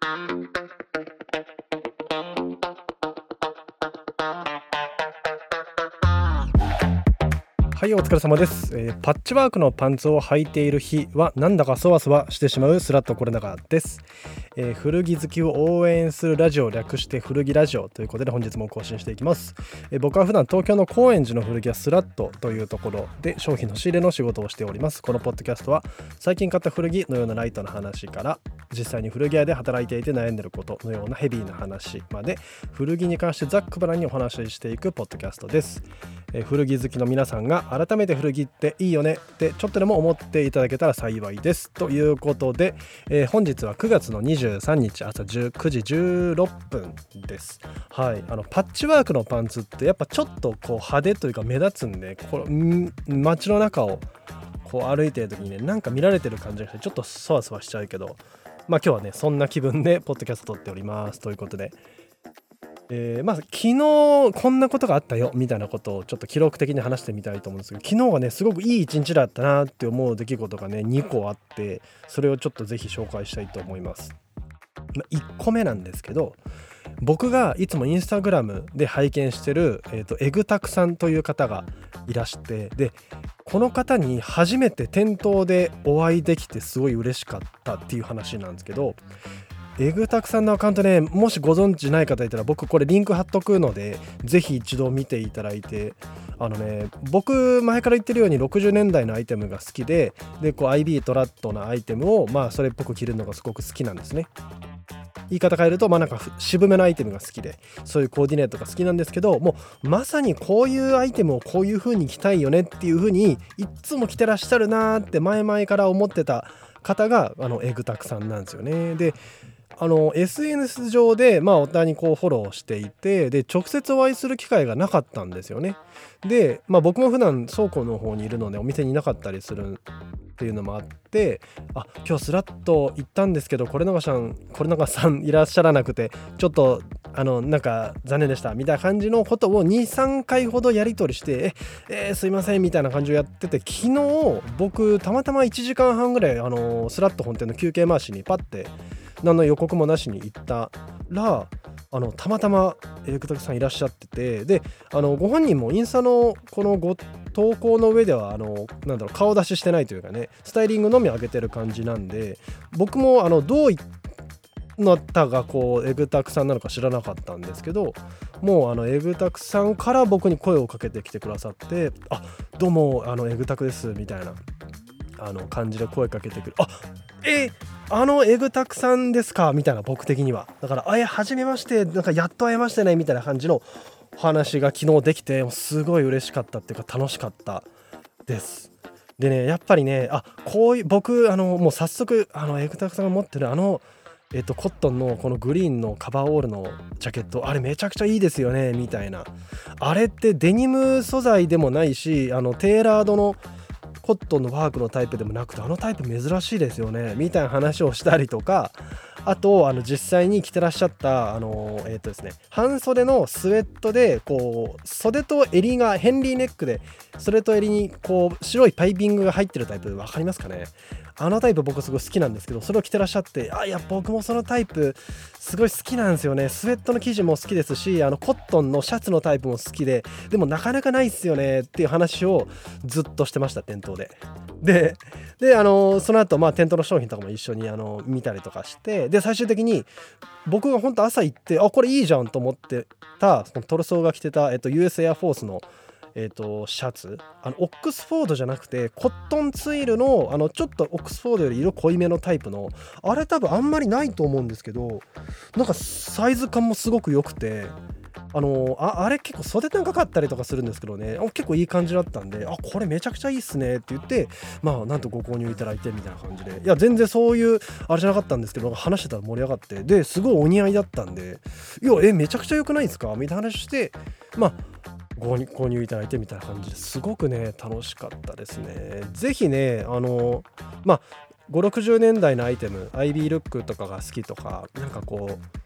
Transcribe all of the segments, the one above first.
はい、お疲れ様です。パッチワークのパンツを履いている日はなんだかそわそわしてしまうスラットコレナガです。古着好きを応援するラジオ、略して古着ラジオということで本日も更新していきます。僕は普段東京の高円寺の古着屋スラットというところで商品の仕入れの仕事をしております。このポッドキャストは最近買った古着のようなライトな話から実際に古着屋で働いていて悩んでることのようなヘビーな話まで古着に関してざっくばらんにお話ししていくポッドキャストです。古着好きの皆さんが改めて古着っていいよねってちょっとでも思っていただけたら幸いですということで、本日は9月の23日朝19時16分です。はい、パッチワークのパンツってやっぱちょっとこう派手というか目立つんで、街の中をこう歩いてる時にね、なんか見られてる感じがしてちょっとそわそわしちゃうけど、今日はねそんな気分でポッドキャスト撮っておりますということで、昨日こんなことがあったよみたいなことをちょっと記録的に話してみたいと思うんですけど、昨日がねすごくいい一日だったなって思う出来事がね2個あって、それをちょっとぜひ紹介したいと思います。1個目なんですけど、僕がいつもインスタグラムで拝見してる、エグタクさんという方がいらして、でこの方に初めて店頭でお会いできてすごい嬉しかったっていう話なんですけど、エグタクさんのアカウントね、もしご存知ない方いたら僕これリンク貼っとくのでぜひ一度見ていただいて、僕前から言ってるように60年代のアイテムが好きで、こう IB トラットなアイテムをそれっぽく着るのがすごく好きなんですね。言い方変えるとなんか渋めのアイテムが好きで、そういうコーディネートが好きなんですけど、もうまさにこういうアイテムをこういう風に着たいよねっていう風にいっつも着てらっしゃるなーって前々から思ってた方がエグタクさんなんですよね。でSNS 上でお互いにこうフォローしていて、で直接お会いする機会がなかったんですよね。で僕も普段倉庫の方にいるのでお店にいなかったりするっていうのもあって、今日スラッと行ったんですけどこれ永さんいらっしゃらなくてちょっとなんか残念でしたみたいな感じのことを 2,3 回ほどやり取りしてすいませんみたいな感じをやってて、昨日僕たまたま1時間半ぐらいスラッと本店の休憩回しにパッて何の予告もなしに行ったらたまたまエグタクさんいらっしゃってて、でご本人もインスタのこのご投稿の上では顔出ししてないというかね、スタイリングのみ上げてる感じなんで、僕もどういったがこうエグタクさんなのか知らなかったんですけど、もうエグタクさんから僕に声をかけてきてくださって、どうもエグタクですみたいな感じで声かけてくる。エグタクさんですかみたいな、僕的にはだから初めまして、なんかやっと会えましたねみたいな感じのお話が昨日できてすごい嬉しかったっていうか楽しかったです。でね、やっぱりねこういう僕もう早速エグタクさんが持ってるコットンのこのグリーンのカバーオールのジャケット、あれめちゃくちゃいいですよねみたいな、あれってデニム素材でもないしテーラードのコットンのワークのタイプでもなくてタイプ珍しいですよねみたいな話をしたりとか、あと実際に着てらっしゃったですね、半袖のスウェットでこう袖と襟がヘンリーネックで袖と襟にこう白いパイピングが入ってるタイプ分かりますかね。タイプ僕すごい好きなんですけど、それを着てらっしゃって、いや僕もそのタイプすごい好きなんですよね。スウェットの生地も好きですしコットンのシャツのタイプも好きでもなかなかないっすよねっていう話をずっとしてました、店頭で。でその後店頭の商品とかも一緒に見たりとかして、で最終的に僕が本当朝行ってこれいいじゃんと思ってたそのトルソーが着てた、US エアフォースのシャツ、オックスフォードじゃなくてコットンツイルのちょっとオックスフォードより色濃いめのタイプのあれ多分あんまりないと思うんですけど、なんかサイズ感もすごく良くてあれ結構袖長かったりとかするんですけどね、結構いい感じだったんでこれめちゃくちゃいいっすねって言ってなんとご購入いただいてみたいな感じで、いや全然そういうあれじゃなかったんですけど話してたら盛り上がって、ですごいお似合いだったんで、いやめちゃくちゃ良くないですかみたいな話してご購入いただいてみたいな感じですごくね楽しかったですね。ぜひね5、60年代のアイテム IB ルックとかが好きとか、なんかこう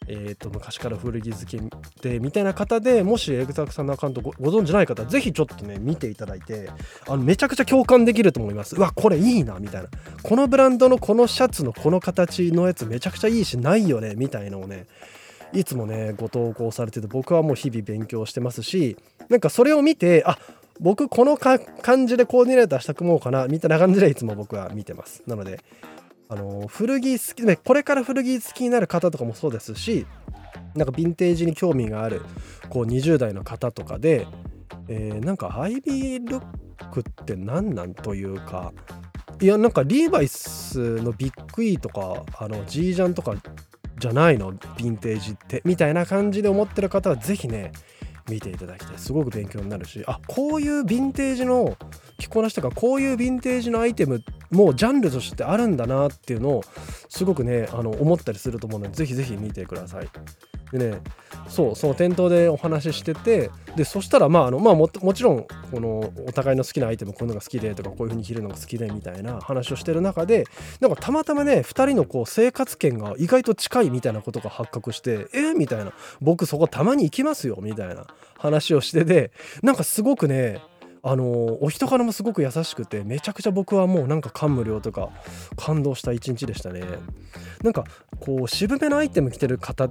昔から古着好きでみたいな方で、もしエグザクさんのアカウント ご存知ない方、ぜひちょっとね見ていただいて、めちゃくちゃ共感できると思います。うわこれいいなみたいな、このブランドのこのシャツのこの形のやつめちゃくちゃいいしないよねみたいなのをね、いつもねご投稿されてて、僕はもう日々勉強してますし、なんかそれを見て、僕この感じでコーディネーターしたくもうかなみたいな感じでいつも僕は見てます。なので古着好きね、これから古着好きになる方とかもそうですし、なんかヴィンテージに興味があるこう20代の方とかで、なんかアイビールックって何なんというか、いやなんかリーバイスのビッグイーとかジージャンとかじゃないのヴィンテージってみたいな感じで思ってる方はぜひね見ていただきたい。すごく勉強になるし、こういうヴィンテージの着こなしとか、こういうヴィンテージのアイテムもうジャンルとしてあるんだなっていうのをすごくね思ったりすると思うので、ぜひぜひ見てください。でね、その店頭でお話ししてて、でそしたらもちろんこのお互いの好きなアイテム、こういうのが好きでとか、こういう風に着るのが好きでみたいな話をしてる中で、なんかたまたまね2人のこう生活圏が意外と近いみたいなことが発覚して、みたいな、僕そこたまに行きますよみたいな話をしてて、なんかすごくねお人柄もすごく優しくて、めちゃくちゃ僕はもうなんか感無量とか感動した一日でしたね。なんかこう渋めのアイテム着てる方って、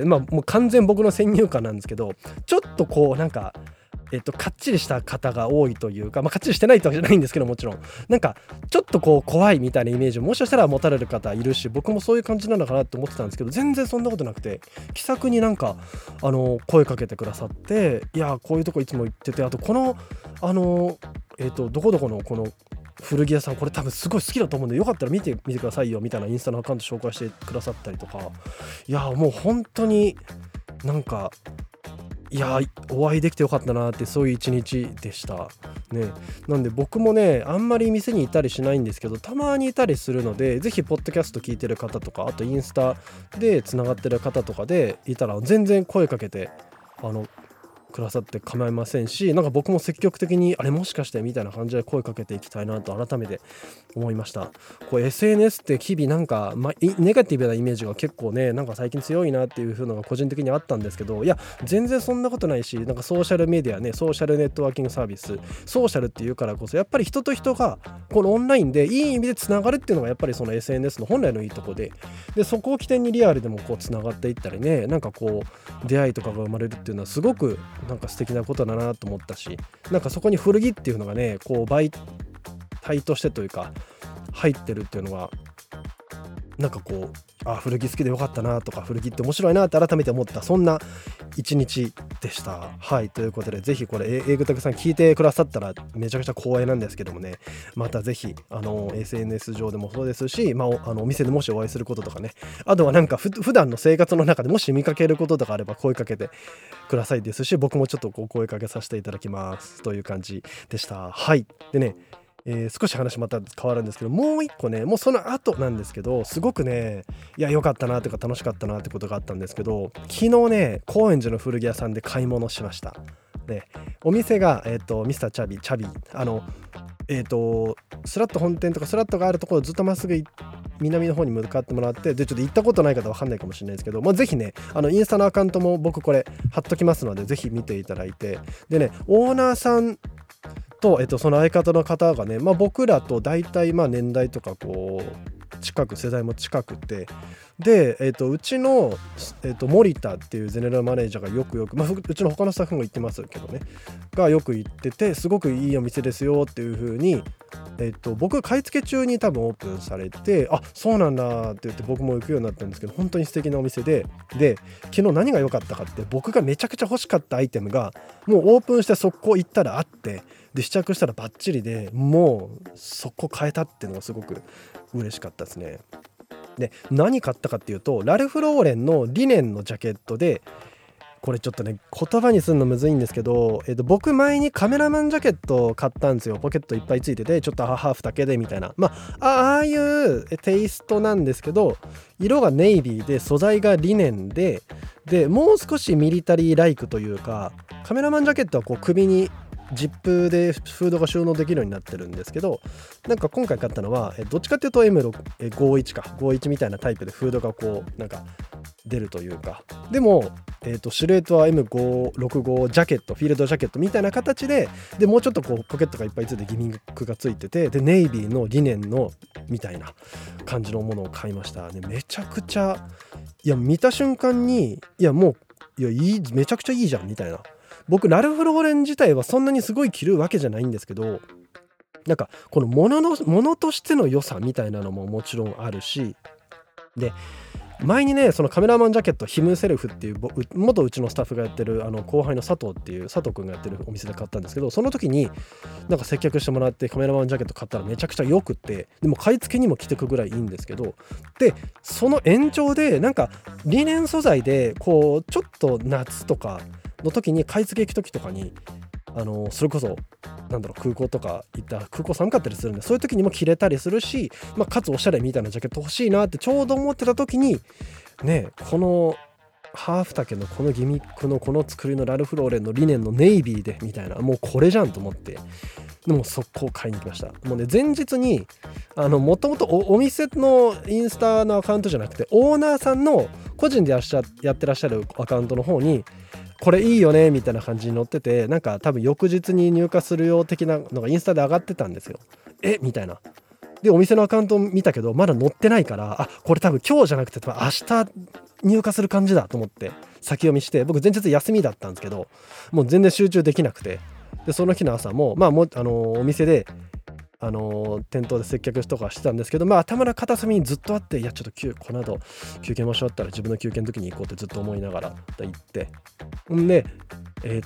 もう完全僕の先入観なんですけど、ちょっとこうなんかかっちりした方が多いというか、かっちりしてないってわけじゃないんですけど、もちろんなんかちょっとこう怖いみたいなイメージをもしかしたら持たれる方いるし、僕もそういう感じなのかなって思ってたんですけど、全然そんなことなくて、気さくになんか声かけてくださって、いやこういうとこいつも行ってて、あとこのどこどこのこの古着屋さんこれ多分すごい好きだと思うんで、よかったら見てみてくださいよみたいなインスタのアカウント紹介してくださったりとか、いやもう本当になんかお会いできてよかったなって、そういう一日でしたね。なんで僕もねあんまり店にいたりしないんですけど、たまにいたりするので、ぜひポッドキャスト聞いてる方とか、あとインスタでつながってる方とかでいたら全然声かけてくださって構いませんし、なんか僕も積極的にもしかしてみたいな感じで声かけていきたいなと改めて思いました。こう SNS って日々なんか、ネガティブなイメージが結構ねなんか最近強いなっていう風のが個人的にあったんですけど、いや全然そんなことないし、なんかソーシャルメディアね、ソーシャルネットワーキングサービス、ソーシャルっていうからこそやっぱり人と人がこのオンラインでいい意味でつながるっていうのがやっぱりその SNS の本来のいいとこで、そこを起点にリアルでもこうつながっていったりね、なんかこう出会いとかが生まれるっていうのはすごくなんか素敵なことだなと思ったし、なんかそこに古着っていうのがねこう媒体としてというか入ってるっていうのは、なんかこう古着好きでよかったなとか、古着って面白いなって改めて思った、そんな一日でした。はい、ということでぜひこれエグタクさん聞いてくださったらめちゃくちゃ光栄なんですけどもね、またぜひSNS 上でもそうですし、お店でもしお会いすることとかね、あとはなんか普段の生活の中でもし見かけることとかあれば声かけてくださいですし、僕もちょっとこう声かけさせていただきますという感じでした。はい。でね、少し話また変わるんですけど、もう一個ね、もうその後なんですけど、すごくね良かったなとか楽しかったなってことがあったんですけど、昨日ね高円寺の古着屋さんで買い物しました。でお店がミスターチャビスラット本店とかスラットがあるところをずっとまっすぐ南の方に向かってもらって、でちょっと行ったことない方わかんないかもしれないですけど、ぜひねインスタのアカウントも僕これ貼っときますので、ぜひ見ていただいて、でねオーナーさんと、その相方の方がね、僕らと大体年代とかこう近く、世代も近くて、で、うちの、森田っていうゼネラルマネージャーがよく、うちの他のスタッフも言ってますけどね、がよく言ってて、すごくいいお店ですよっていう風に、僕買い付け中に多分オープンされて、そうなんだって言って僕も行くようになったんですけど、本当に素敵なお店で、昨日何が良かったかって、僕がめちゃくちゃ欲しかったアイテムがもうオープンして速攻行ったらあって、で試着したらバッチリで、もう速攻買えたっていうのがすごく嬉しかったですね。で何買ったかっていうと、ラルフローレンのリネンのジャケットで、これちょっとね言葉にするのむずいんですけど、僕前にカメラマンジャケットを買ったんですよ。ポケットいっぱいついてて、ちょっとハーフ丈でみたいな、ああいうテイストなんですけど、色がネイビーで素材がリネンで、もう少しミリタリーライクというか、カメラマンジャケットはこう首にジップでフードが収納できるようになってるんですけど、なんか今回買ったのはどっちかっていうと M51 みたいなタイプで、フードがこうなんか出るというか、でも、シルエットは M565 ジャケット、フィールドジャケットみたいな形で、もうちょっとこうポケットがいっぱいついてギミックがついてて、でネイビーのリネンのみたいな感じのものを買いましたね。めちゃくちゃ、いや見た瞬間にもうめちゃくちゃいいじゃんみたいな。僕ラルフローレン自体はそんなにすごい着るわけじゃないんですけど、なんかこのものとしての良さみたいなのももちろんあるし、で前にね、そのカメラマンジャケットヒムセルフっていう元うちのスタッフがやってる後輩の佐藤君がやってるお店で買ったんですけど、その時になんか接客してもらってカメラマンジャケット買ったらめちゃくちゃよくって、でも買い付けにも着てくぐらいいいんですけど、でその延長でなんかリネン素材でこうちょっと夏とかの時に買い付け行く時とかにそれこそ空港とか行ったら空港寒かったりするんで、そういう時にも着れたりするし、かつおしゃれみたいなジャケット欲しいなってちょうど思ってた時にね、このハーフ丈のこのギミックのこの作りのラルフローレンのリネンのネイビーでみたいな、もうこれじゃんと思って、でも速攻買いに行きました。もうね、前日にもともとお店のインスタのアカウントじゃなくてオーナーさんの個人でやってらっしゃるアカウントの方にこれいいよねみたいな感じに載ってて、なんか多分翌日に入荷するよ的なのがインスタで上がってたんですよ。みたいな。でお店のアカウント見たけどまだ載ってないから、これ多分今日じゃなくて多分明日入荷する感じだと思って先読みして、僕前日休みだったんですけどもう全然集中できなくて、でその日の朝もお店で店頭で接客とかしてたんですけど、頭の片隅にずっとあって、ちょっとこの後休憩もし終わったら自分の休憩の時に行こうってずっと思いながら行って、んであれ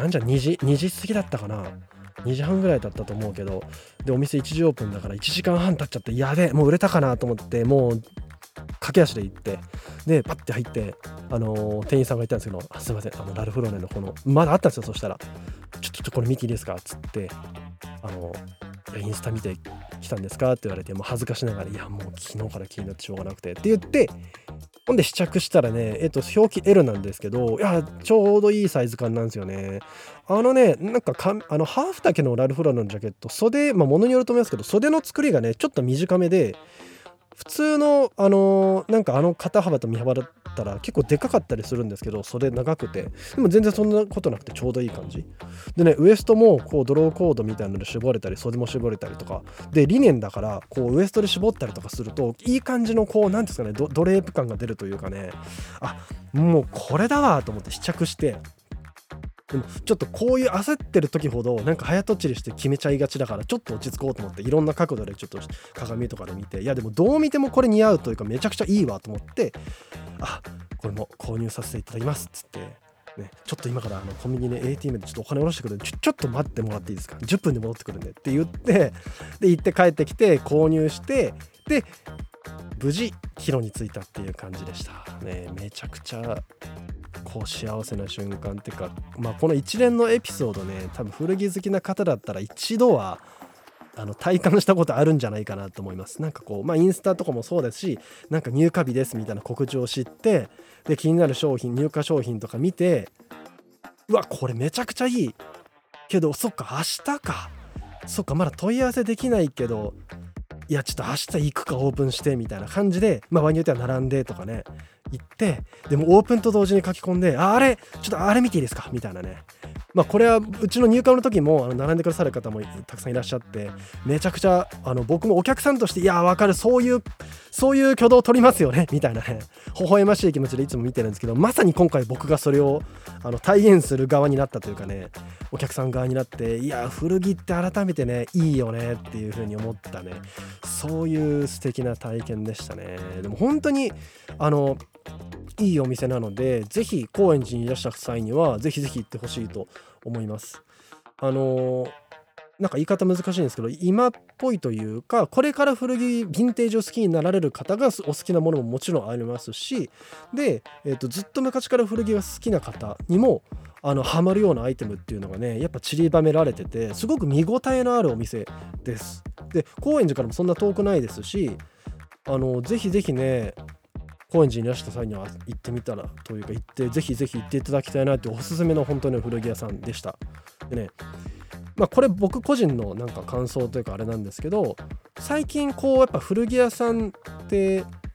2時過ぎだったかな、2時半ぐらいだったと思うけど、でお店1時オープンだから1時間半経っちゃって、やべえもう売れたかなと思って、もう駆け足で行って、でパッて入って店員さんがいたんですけど、すいませんラルフローレンのこのまだあったんですよ。そしたらちょっとこれ見ていいですかっつって、インスタ見てきたんですかって言われて、もう恥ずかしながら、もう昨日から気になってしょうがなくてって言って、ほんで試着したらね、表記 L なんですけど、ちょうどいいサイズ感なんですよね。なんかハーフ丈のラルフローレンのジャケット、袖、物によると思いますけど、袖の作りがねちょっと短めで、普通のなんか肩幅と身幅だったら結構でかかったりするんですけど、袖長くて、でも全然そんなことなくてちょうどいい感じでね、ウエストもこうドローコードみたいなので絞れたり、袖も絞れたりとかで、リネンだからこうウエストで絞ったりとかするといい感じのこうなんですかね、ドレープ感が出るというかね、もうこれだわと思って試着して、でもちょっとこういう焦ってる時ほどなんか早とちりして決めちゃいがちだから、ちょっと落ち着こうと思っていろんな角度でちょっと鏡とかで見て、でもどう見てもこれ似合うというかめちゃくちゃいいわと思って、これも購入させていただきますっつって、ちょっと今からコンビニで ATM でちょっとお金下ろしてくるんでちょっと待ってもらっていいですか、10分で戻ってくるんでって言って、で行って帰ってきて購入して、で無事帰路に着いたっていう感じでしたね。めちゃくちゃこう幸せな瞬間っていうか、この一連のエピソードね、多分古着好きな方だったら一度は体感したことあるんじゃないかなと思います。なんかこうインスタとかもそうですし、なんか入荷日ですみたいな告知を知って、で気になる商品、入荷商品とか見て、うわこれめちゃくちゃいいけど、そっか明日か、そっかまだ問い合わせできないけど、ちょっと明日行くかオープンしてみたいな感じで、場合によっては並んでとかね行って、でもオープンと同時に書き込んで、ちょっとあれ見ていいですかみたいなね。これはうちの入荷の時も並んでくださる方もたくさんいらっしゃって、めちゃくちゃ僕もお客さんとしてわかる、そういう挙動を取りますよねみたいなね、微笑ましい気持ちでいつも見てるんですけど、まさに今回僕がそれを体現する側になったというかね、お客さん側になって、古着って改めてねいいよねっていう風に思ったね、そういう素敵な体験でしたね。でも本当にいいお店なので、ぜひ高円寺にいらっしゃる際にはぜひぜひ行ってほしいと思います。なんか言い方難しいんですけど、今っぽいというか、これから古着ヴィンテージを好きになられる方がお好きなものももちろんありますし、で、ずっと昔から古着が好きな方にもハマるようなアイテムっていうのがねやっぱ散りばめられてて、すごく見応えのあるお店です。で高円寺からもそんな遠くないですし、ぜひぜひね高円寺にいらした際には行ってみたらというか、ぜひぜひ行っていただきたいなっておすすめの本当に古着屋さんでした。でね、これ僕個人のなんか感想というかあれなんですけど、最近こうやっぱ古着屋さんって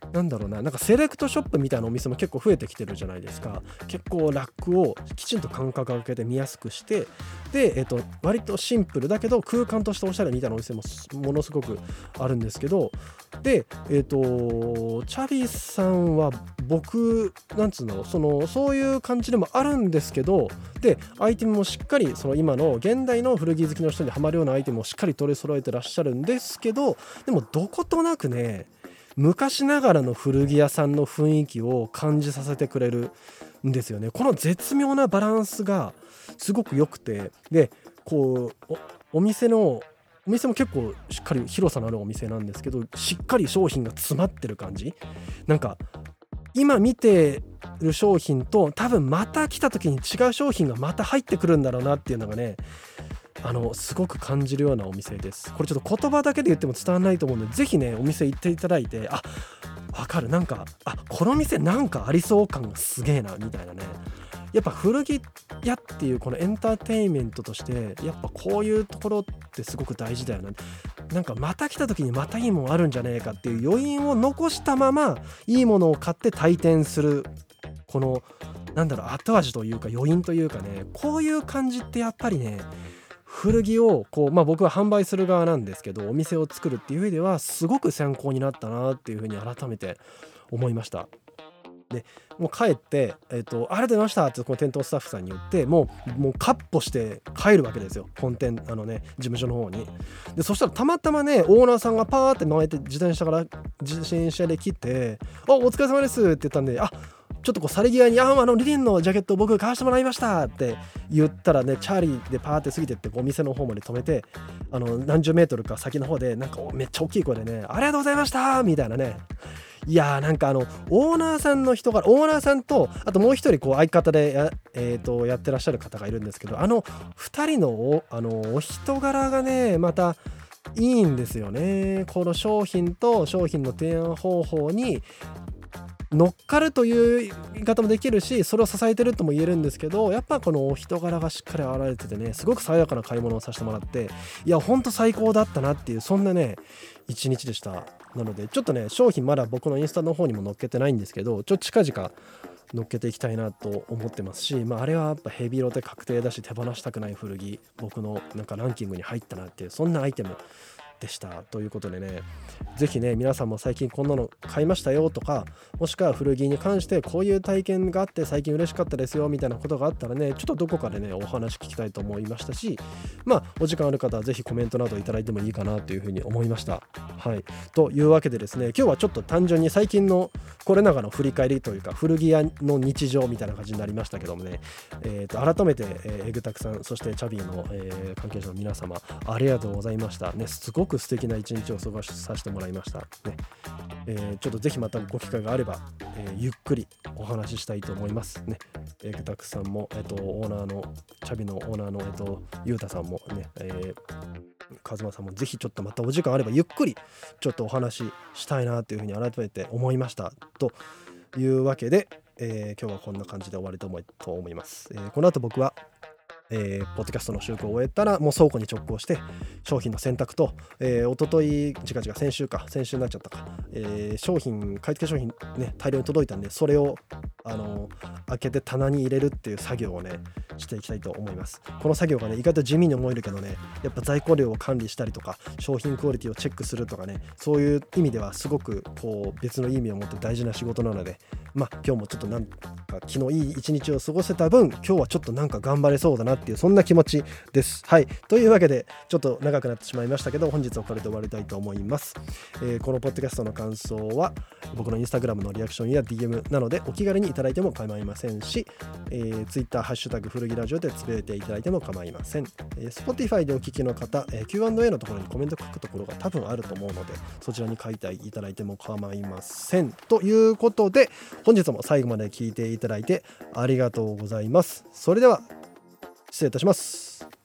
なんだろうな、なんかセレクトショップみたいなお店も結構増えてきてるじゃないですか。結構ラックをきちんと間隔を空けて見やすくして、で、割とシンプルだけど空間としておしゃれみたいなお店もものすごくあるんですけど、で、チャビさんは僕なんつうの、そういう感じでもあるんですけど、でアイテムもしっかりその今の現代の古着好きの人にハマるようなアイテムをしっかり取り揃えてらっしゃるんですけど、でもどことなくね、昔ながらの古着屋さんの雰囲気を感じさせてくれるんですよね。この絶妙なバランスがすごく良くて、でこうお店も結構しっかり広さのあるお店なんですけど、しっかり商品が詰まってる感じ。なんか今見てる商品と多分また来た時に違う商品がまた入ってくるんだろうなっていうのがね、すごく感じるようなお店です。これちょっと言葉だけで言っても伝わらないと思うんで、ぜひねお店行っていただいて、わかる、なんかこの店なんかありそう感がすげえなみたいなね。やっぱ古着屋っていうこのエンターテインメントとしてやっぱこういうところってすごく大事だよね。なんかまた来た時にまたいいもんあるんじゃねえかっていう余韻を残したままいいものを買って退店する、このなんだろう、後味というか余韻というかね、こういう感じってやっぱりね、古着を僕は販売する側なんですけど、お店を作るっていう上ではすごく参考になったなっていうふうに改めて思いました。でもう帰って「ありがとうございました」ってこの店頭スタッフさんに言って、もうカッポして帰るわけですよ、本店事務所の方に。でそしたらたまたまねオーナーさんがパーって回って自転車で来て「お疲れ様です」って言ったんで、ちょっと去り際にリリンのジャケットを僕買わせてもらいましたって言ったらね、チャーリーでパーって過ぎてってお店の方まで止めて、何十メートルか先の方でなんかめっちゃ大きい声でね「ありがとうございました」みたいなね。いやー、なんかオーナーさんの人が、オーナーさんとあともう一人相方でやってらっしゃる方がいるんですけど、2人のお人柄がねまたいいんですよね。この商品と商品の提案方法に乗っかるという言い方もできるし、それを支えてるとも言えるんですけど、やっぱこのお人柄がしっかり現れててね、すごく爽やかな買い物をさせてもらって、いやほんと最高だったなっていう、そんなね一日でした。なのでちょっとね商品まだ僕のインスタの方にも載っけてないんですけど、近々乗っけていきたいなと思ってますし、あれはやっぱヘビロテ確定だし、手放したくない古着、僕のなんかランキングに入ったなっていう、そんなアイテムでした。ということでね、ぜひね皆さんも最近こんなの買いましたよとか、もしくは古着に関してこういう体験があって最近嬉しかったですよみたいなことがあったらね、ちょっとどこかでねお話聞きたいと思いましたし、お時間ある方はぜひコメントなどいただいてもいいかなというふうに思いました。はい、というわけでですね、今日はちょっと単純に最近のこれながらの振り返りというか古着屋の日常みたいな感じになりましたけどもね、改めて、エグタクさん、そしてチャビーの、関係者の皆様ありがとうございましたね。すごく素敵な一日を過ごさせてもらいましたね。ちょっとぜひまたご機会があれば、ゆっくりお話ししたいと思いますね。エグタクさんも、オーナーのチャビのオーナーの、ゆうたさんもね、カズマさんもぜひちょっとまたお時間あればゆっくりちょっとお話ししたいなというふうに改めて思いましたというわけで、今日はこんな感じで終わりと思います。この後僕はポッドキャストの収録を終えたらもう倉庫に直行して商品の選択と、一昨日先週になっちゃったか、買い付け商品ね大量に届いたんで、それを開けて棚に入れるっていう作業をねしていきたいと思います。この作業がね意外と地味に思えるけどね、やっぱ在庫量を管理したりとか商品クオリティをチェックするとかね、そういう意味ではすごく別の意味を持って大事な仕事なので、今日もちょっとなんか昨日いい一日を過ごせた分、今日はちょっとなんか頑張れそうだなっていう、そんな気持ちです。はい、というわけでちょっと長くなってしまいましたけど、本日はこれで終わりたいと思います。このポッドキャストの感想は僕のインスタグラムのリアクションや DM なのでお気軽にいただいても構いませんし、Twitter ハッシュタグ古着ラジオでつぶやいていただいても構いません。Spotify でお聞きの方、Q&A のところにコメント書くところが多分あると思うので、そちらに書いていただいても構いません。ということで本日も最後まで聞いていただいてありがとうございます。それでは失礼いたします。